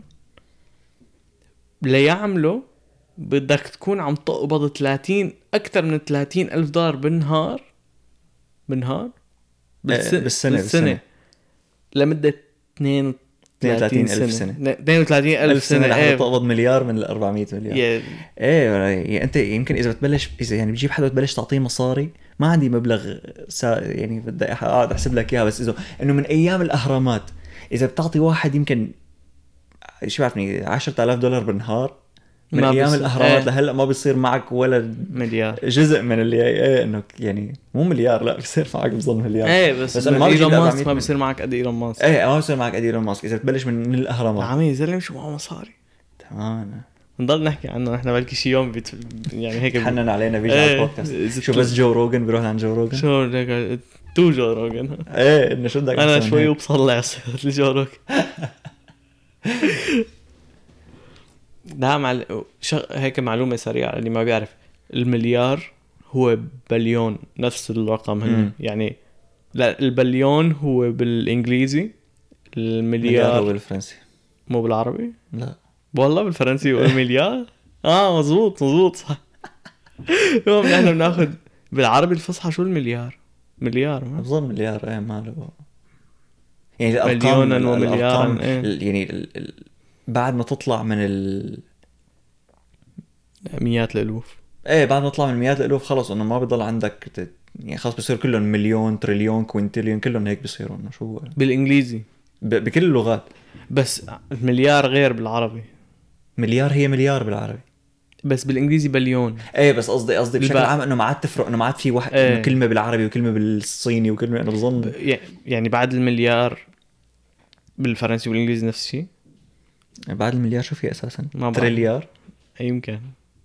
S1: ليعمله بدك تكون عم تقبض أكثر من $30,000 بالنهار بالسنة لمدة
S2: 32,000 سنة
S1: 32,000 سنة
S2: لحتى تقبض مليار من 400 مليار. ايه انت يمكن اذا بتبلش، اذا يعني بتجيب حدا وتبلش تعطيه مصاري، ما عندي مبلغ يعني بدي اقعد احسب لك اياها، بس اذا انه من ايام الاهرامات اذا بتعطي واحد يمكن شو بعرفني $10,000 بالنهار من ايام الاهرامات لهلا ما بيصير معك ولا
S1: مليار
S2: جزء من اللي انه يعني مو مليار، لا بصير معك بظل مليار.
S1: بس انا ما بيصير معك قد ايلون ماسك.
S2: ما بيصير معك قد ايلون ماسك اذا بتبلش من الاهرامات.
S1: يا عمي زلمه شو معه مصاري
S2: تمام،
S1: نضل نحكي عنه نحن بلكي شي يوم يعني هيك
S2: حنن علينا بيجي على البودكاست. شو بس جو روجن بيروح عند جو روجن،
S1: شو هيك تو جو روجن
S2: انه شو بدك
S1: انا شوي وبصلع صرت جو روجن. ده هيك معلومة سريعة اللي ما بيعرف، المليار هو بليون، نفس الرقم هن يعني. لا البليون هو بالانجليزي، المليار
S2: هو بالفرنسي
S1: مو بالعربي.
S2: لا
S1: والله بالفرنسي هو المليار. مزبوط صح. يوم نحن بناخد بالعربي الفصحى شو المليار، مليار ما
S2: بظن مليار ما له يعني
S1: مليونا ومليارا
S2: يعني بعد ما تطلع من
S1: مئات الالوف.
S2: بعد ما تطلع من مئات الالوف خلص انه ما بيضل عندك يعني خلص بصير كلهم مليون تريليون كوينتيليون كلهم هيك بيصيروا. انه شو
S1: بالانجليزي
S2: بكل اللغات،
S1: بس المليار غير بالعربي.
S2: مليار هي مليار بالعربي
S1: بس بالانجليزي بليون.
S2: بس قصدي بشكل عام انه ما عاد تفرق، انه ما عاد في واحد إنه كلمه بالعربي وكلمه بالصيني وكلمه. انا بظن
S1: يعني بعد المليار بالفرنسي والانجليزي نفس الشيء.
S2: بعد المليار شو في اساسا؟ تريليار
S1: يمكن.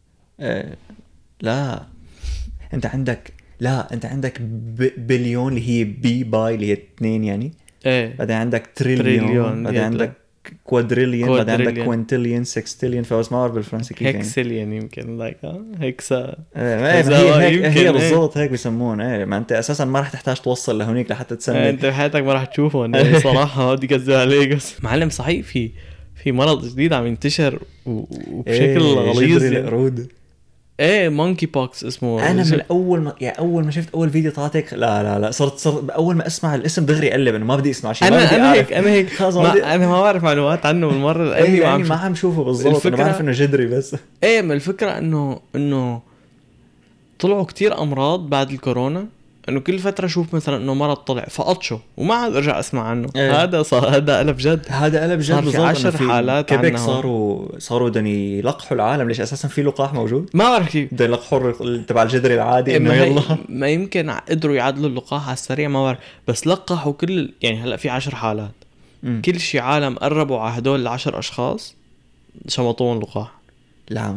S2: لا انت عندك بليون اللي هي باي اللي هي 2 يعني. بعدين عندك تريليون بعدين عندك كوادريليون بعدين عندك كوينتيليون سكستيليون. فبس ما بعرف بالفرنسي كيف يعني.
S1: هكسليون يمكن لايك هيكسا.
S2: هي بالضبط هيك بيسمون. ما انت اساسا ما راح تحتاج توصل لهونيك لحتى تسمي.
S1: انت بحياتك ما راح تشوفه صراحه. هادي كذب عليك بس معلم صحيح في مرض جديد عم ينتشر وبشكل غليظ
S2: القرود.
S1: مونكي بوكس اسمه.
S2: انا من اول ما شفت اول فيديو طلعتك لا صرت اول ما اسمع الاسم دغري اقلب انه ما بدي اسمع شيء.
S1: انا هيك انا ما بعرف معلومات عنه بالمره.
S2: يعني ما عم شوفه بالضبط. انا بعرف انه جدري بس.
S1: ما الفكره انه طلعوا كتير امراض بعد الكورونا، انه كل فتره اشوف مثلا انه مرض طلع فقطشه وما عاد ارجع اسمع عنه. هذا قلب جد.
S2: بالضبط.
S1: 10 حالات
S2: كيبك صاروا دني يلقحوا العالم. ليش اساسا في لقاح موجود؟
S1: ما بعرف كيف
S2: بده يلقحوا تبع الجدري العادي. انه يلا
S1: ما يمكن قدروا يعدلوا اللقاح على السريع ما بعرف. بس لقحوا كل يعني هلا في 10 حالات. كل شي عالم قربوا على هدول ال10 اشخاص شمطوهم لقاح.
S2: لا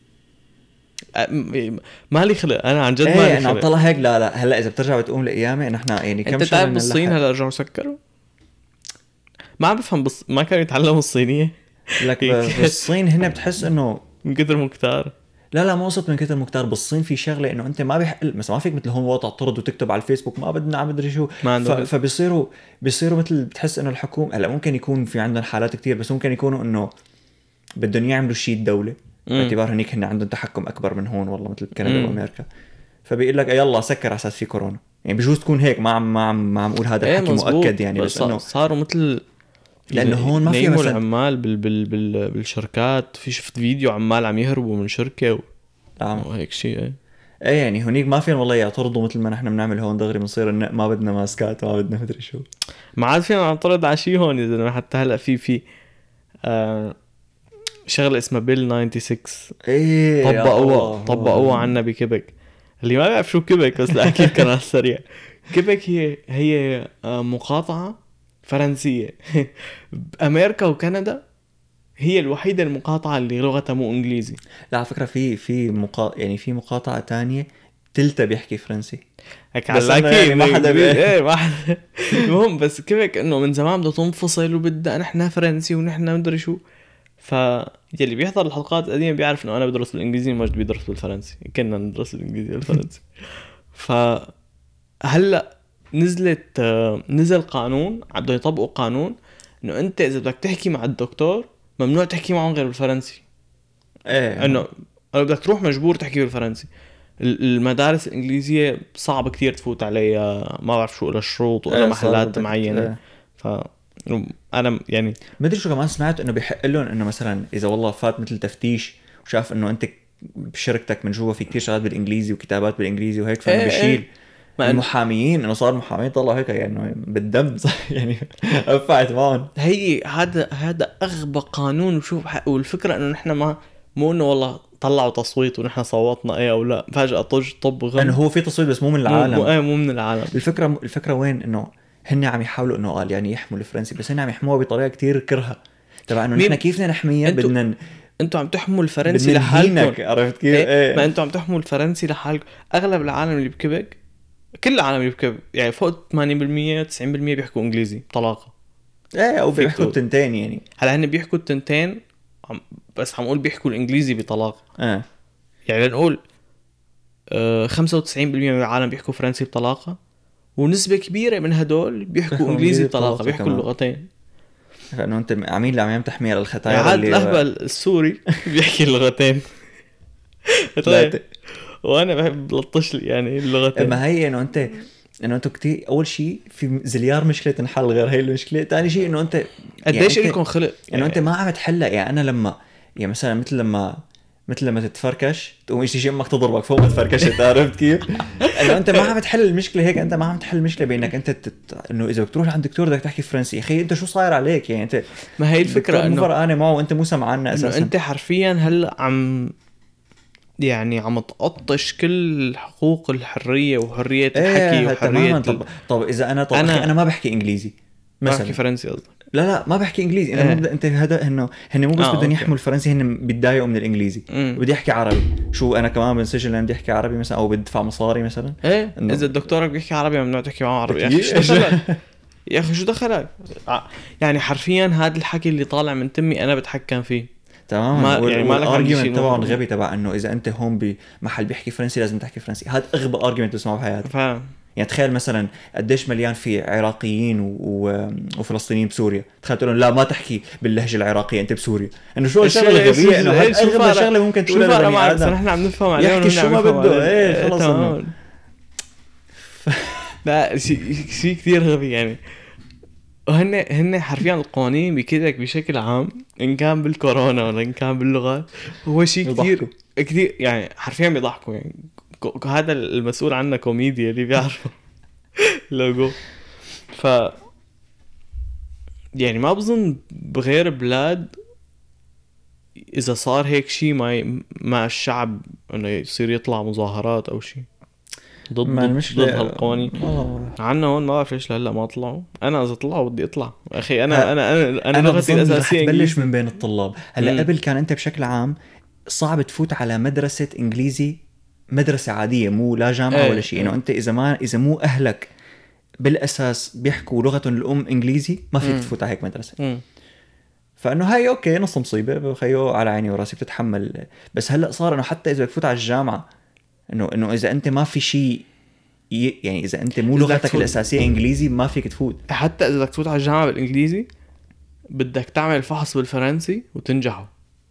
S1: ما لي خلق. انا عن جد ما لي خلق.
S2: انا طلع هيك. لا هلا اذا بترجع بتقوم لقيامه ان احنا يعني كم
S1: انت تعرف بالصين هلا رجعوا سكروا. ما عم بفهم ما كانوا يتعلموا الصينيه
S2: لك. بالصين هنا بتحس انه
S1: من كثر مكتار.
S2: لا ما وصلت من كثر مكتار. بالصين في شغله انه انت ما بيحق مثلا ما فيك مثل هون وضع طرد وتكتب على الفيسبوك ما بدنا عم بدري شو. فبيصيروا مثل بتحس انه الحكومه هلا ممكن يكون في عندهم حالات كتير، بس ممكن يكونوا انه بدهم يعملوا شيء الدوله باعتبار هنيك هن عندهم تحكم اكبر من هون والله مثل كندا وامريكا. فبيقول لك يلا سكر على اساس في كورونا. يعني بجوز تكون هيك ما عم اقول هذا الحكي مؤكد يعني. بس انه
S1: صاروا مثل
S2: لانه هون ما في مثلا
S1: العمال بالشركات. في شفت فيديو عمال عم يهربوا من شركه وهيك شيء.
S2: يعني هنيك ما فين والله يعترضوا مثل ما نحن بنعمل هون دغري بنصير ما بدنا ماسكات ما بدنا مدري شو. ما
S1: عاد فينا نعترض على شيء هون اذا حتى هلا في شغله اسمها بيل 96. طبقوها عنا بكيبك. اللي ما بيعرف شو كيبك بس اكيد كان على السريع. كيبك هي مقاطعه فرنسيه. امريكا وكندا هي الوحيده المقاطعه اللي لغتها مو انجليزي.
S2: لا على فكره في يعني في مقاطعه تانية تلتا بيحكي فرنسي.
S1: بس يعني ما حدا ما حدا. المهم بس كيبك انه من زمان بدها تنفصل وبدها نحن فرنسي ونحن مدري شو. يلي بيحضر الحلقات القديمة بيعرف انه انا بدرس بالانجليزي ومجد بيدرس بالفرنسي. كنا ندرس الانجليزي والفرنسي. فهلا نزل قانون بدهم يطبقوا قانون انه انت اذا بدك تحكي مع الدكتور ممنوع تحكي معه غير بالفرنسي. انه بدك تروح مجبور تحكي بالفرنسي. المدارس الانجليزية صعب كتير تفوت عليها. ما بعرف شو لها شروط ولا محلات معينة. انا يعني
S2: ما ادري شو كمان سمعت انه بيحق لهم انه مثلا اذا والله فات مثل تفتيش وشاف انه انت بشركتك من جوا في كتير شغلات بالانجليزي وكتابات بالانجليزي وهيك فانه بيشيل المحاميين انه صار محامين طلعوا هيك يعني بالدم يعني رفعت معهم.
S1: هي هذا اغبى قانون. وشوف والفكره انه نحن ما مو انه والله طلعوا تصويت ونحن صوتنا ايه او لا فجاه طب غم
S2: انه هو في تصويت بس مو من العالم.
S1: مو من العالم.
S2: الفكره وين انه هن عم يحاولوا انه قال يعني يحموا الفرنسي بس هن عم يحموها بطريقه كتير كرهه تبع انه نحن كيف بدنا نحميها بدنا
S1: انتوا عم تحموا الفرنسي لحالكم.
S2: عرفت كيف ايه؟
S1: ما انتوا عم تحموا الفرنسي لحالكم. اغلب العالم اللي بكبك كل العالم اللي بكبك يعني فوق 80% 90% بيحكوا انجليزي بطلاقه.
S2: ايه او بيحكوا التنتين يعني.
S1: هلا هن بيحكوا التنتين بس عم اقول بيحكوا الانجليزي بطلاقه. يعني لنقول 95% من العالم بيحكوا فرنسي بطلاقه ونسبه كبيره من هدول بيحكوا انجليزي بطلاقه بيحكوا اللغتين.
S2: لانه انت عم تحميها للختايا
S1: يعني اللي الاهبل السوري بيحكي اللغتين وانا بحب لطش يعني اللغتين.
S2: ما هي انه انتوا كتير اول شيء في زليار مشكله تنحل غير هي المشكله. ثاني شيء انه انت
S1: قديش يعني لكم خلق
S2: انه انت ما عم تحلها. يعني انا لما يعني مثلا مثل لما تتفركش تقوم يجي امك تضربك فوق ما تفركشت. عرفت كيف؟ انه انت ما عم تحل المشكله هيك. انت ما عم تحل المشكله بانك انت انه اذا بتروح عند دكتور بدك تحكي فرنسي. يا اخي انت شو صاير عليك يعني؟ انت
S1: ما هي الفكره
S2: انه فرقانه معه وانت مو سمعنا اساسا.
S1: انت حرفيا هلا عم تقطش كل حقوق الحريه وحريه الحكي وحريه
S2: طب اذا انا ما بحكي انجليزي مثلا
S1: بحكي فرنسي قصدك.
S2: لا ما بحكي انجليزي. انت هذا انه هن مو بس بدهم يحموا الفرنسي هن بيتضايقوا من الانجليزي. بدي احكي عربي. شو انا كمان بنسجل لما بدي احكي عربي مثلا او بدفع مصاري مثلا.
S1: ايه اذا الدكتور بيحكي عربي ممنوع تحكي معه عربي. يا اخي شو دخلك يا اخي شو دخلك يعني حرفيا هذا الحكي اللي طالع من تمي انا بتحكم فيه
S2: تمام. يعني ما الارجيومنت تبعهم غبي تبع انه اذا انت هون بمحل بيحكي فرنسي لازم تحكي فرنسي. هذا اغبى ارجيومنت بسمعه بحياتي.
S1: فاهم؟
S2: يعني تخيل مثلا قديش مليان في عراقيين وفلسطينيين بسوريا. تخيل تقول لهم لا ما تحكي باللهجه العراقيه انت بسوريا. انه شو الشغله غبيه انه اغبى شغله ممكن تقولها لبني ادم.
S1: نحن عم نفهم عليهم
S2: يحكي شو ما بده. ايه خلص
S1: لا شيء كثير غبي يعني. هن حرفيا القوانين بكذلك بشكل عام ان كان بالكورونا ولا ان كان باللغه هو شيء كثير يعني حرفيا بيضحكوا يعني. هذا المسؤول عنه كوميديا اللي بيعرفوا لوجو. يعني ما بظن بغير بلاد اذا صار هيك شيء مع الشعب انه يصير يطلع مظاهرات او شيء ضد هالقوانين. عنا هون ما بعرف ليش لهلا ما طلعوا. انا اذا طلعوا بدي اطلع اخي. انا لغتي الاساسيه
S2: بلش من بين الطلاب. هلا قبل كان انت بشكل عام صعب تفوت على مدرسه انجليزي مدرسه عاديه مو لا جامعه ولا شيء. انه انت اذا مو اهلك بالاساس بيحكوا لغتهم الام انجليزي ما فيك تفوت على هيك مدرسه. فانه هاي اوكي نص مصيبه بخيو على عيني وراسي بتتحمل. بس هلا صار انه حتى اذا بدك تفوت على الجامعه انه اذا انت ما في شيء يعني اذا انت مو لغتك الاساسيه انجليزي ما فيك تفوت.
S1: حتى اذا بدك تفوت على الجامعه بالانجليزي بدك تعمل فحص بالفرنسي وتنجحه.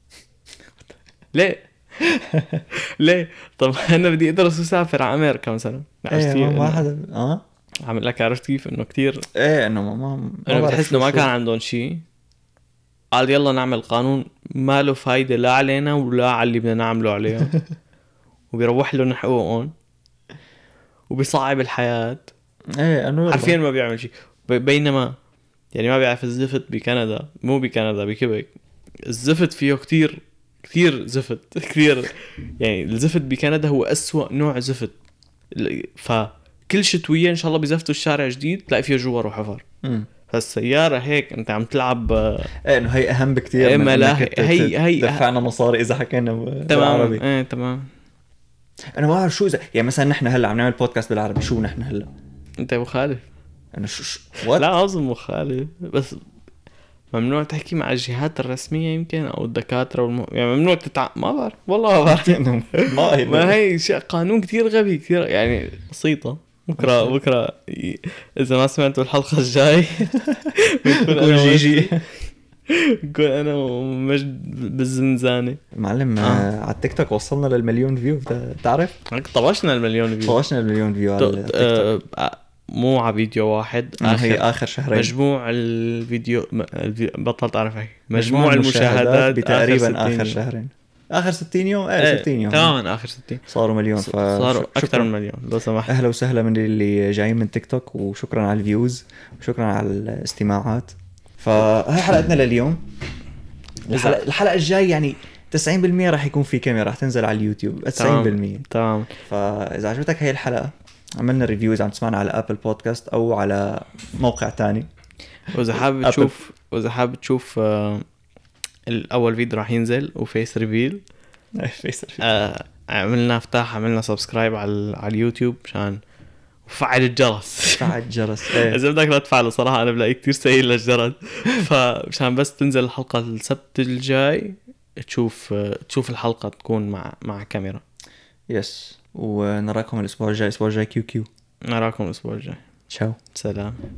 S1: ليه طب انا بدي ادرس وسافر على امريكا مثلا.
S2: ما حدا
S1: عامل لك عرفت كيف انه كتير
S2: انه
S1: ما بحس انه ما كان عندهم شيء. قال يلا نعمل قانون ما له فايده لا علينا ولا على اللي بدنا نعمله عليهم وبيروح لهم حقوقهم وبيصعب الحياه.
S2: انه
S1: حرفيا ما بيعمل شيء. بينما يعني ما بيعرف الزفت بكندا مو بكندا بكيبك الزفت فيه كثير زفت كثير. يعني الزفت بكندا هو أسوأ نوع زفت. فكل شتوية إن شاء الله بزفتوا الشارع جديد تلاقي فيه جوار وحفر. فالسيارة هيك أنت عم تلعب
S2: إنه هي أهم بكتير من إنك
S1: هي
S2: دفعنا مصاري إذا حكينا بالعربي.
S1: تمام.
S2: أنا ما أعرف شو إذا يعني مثلا نحن هلا عم نعمل بودكاست بالعربي. شو نحن هلا
S1: أنت مخالف؟
S2: أنا
S1: لا أظن مخالف بس ممنوع تحكي مع الجهات الرسمية يمكن أو الدكاترة يعني ممنوع ما بعرف والله ما بعرف. ما هي قانون كتير غبي كتير يعني بسيطة. بكرة إذا ما سمعتوا الحلقة الجاي بكون
S2: جيجي
S1: بكون أنا ومجد بالزنزانة
S2: معلم. على التيك توك وصلنا للمليون فيو. تعرف
S1: طبشنا المليون فيو
S2: على التيك توك.
S1: مو على فيديو واحد،
S2: هي اخر شهرين
S1: مجموع الفيديو بطلت اعرف هي مجموع المشاهدات
S2: بتقريبا اخر شهرين، اخر 60 يوم 60 يوم
S1: تماما اخر 60
S2: صاروا مليون.
S1: صاروا اكثر من مليون لو سمحت.
S2: اهلا وسهلا من اللي جايين من تيك توك، وشكرا على الفيوز وشكرا على الاستماعات. فهي حلقتنا لليوم. الحلقه الجاي يعني 90% راح يكون في كاميرا راح تنزل على اليوتيوب 90%.
S1: تمام.
S2: فاذا عجبتك هي الحلقه عملنا ريفيوز، عم تسمعنا على ابل بودكاست او على موقع تاني.
S1: واذا حابب تشوف الاول فيديو راح ينزل وفيس ريفيل عملنا افتح، عملنا سبسكرايب على اليوتيوب مشان وفعل الجرس.
S2: فعل الجرس
S1: اذا بدك لا تفعله صراحه، انا بلاقي كتير سيء للجرس. فمشان بس تنزل الحلقه السبت الجاي تشوف الحلقه تكون مع كاميرا.
S2: يس. ونراكم الاسبوع الجاي. كيو
S1: نراكم الاسبوع الجاي.
S2: تشاو.
S1: سلام.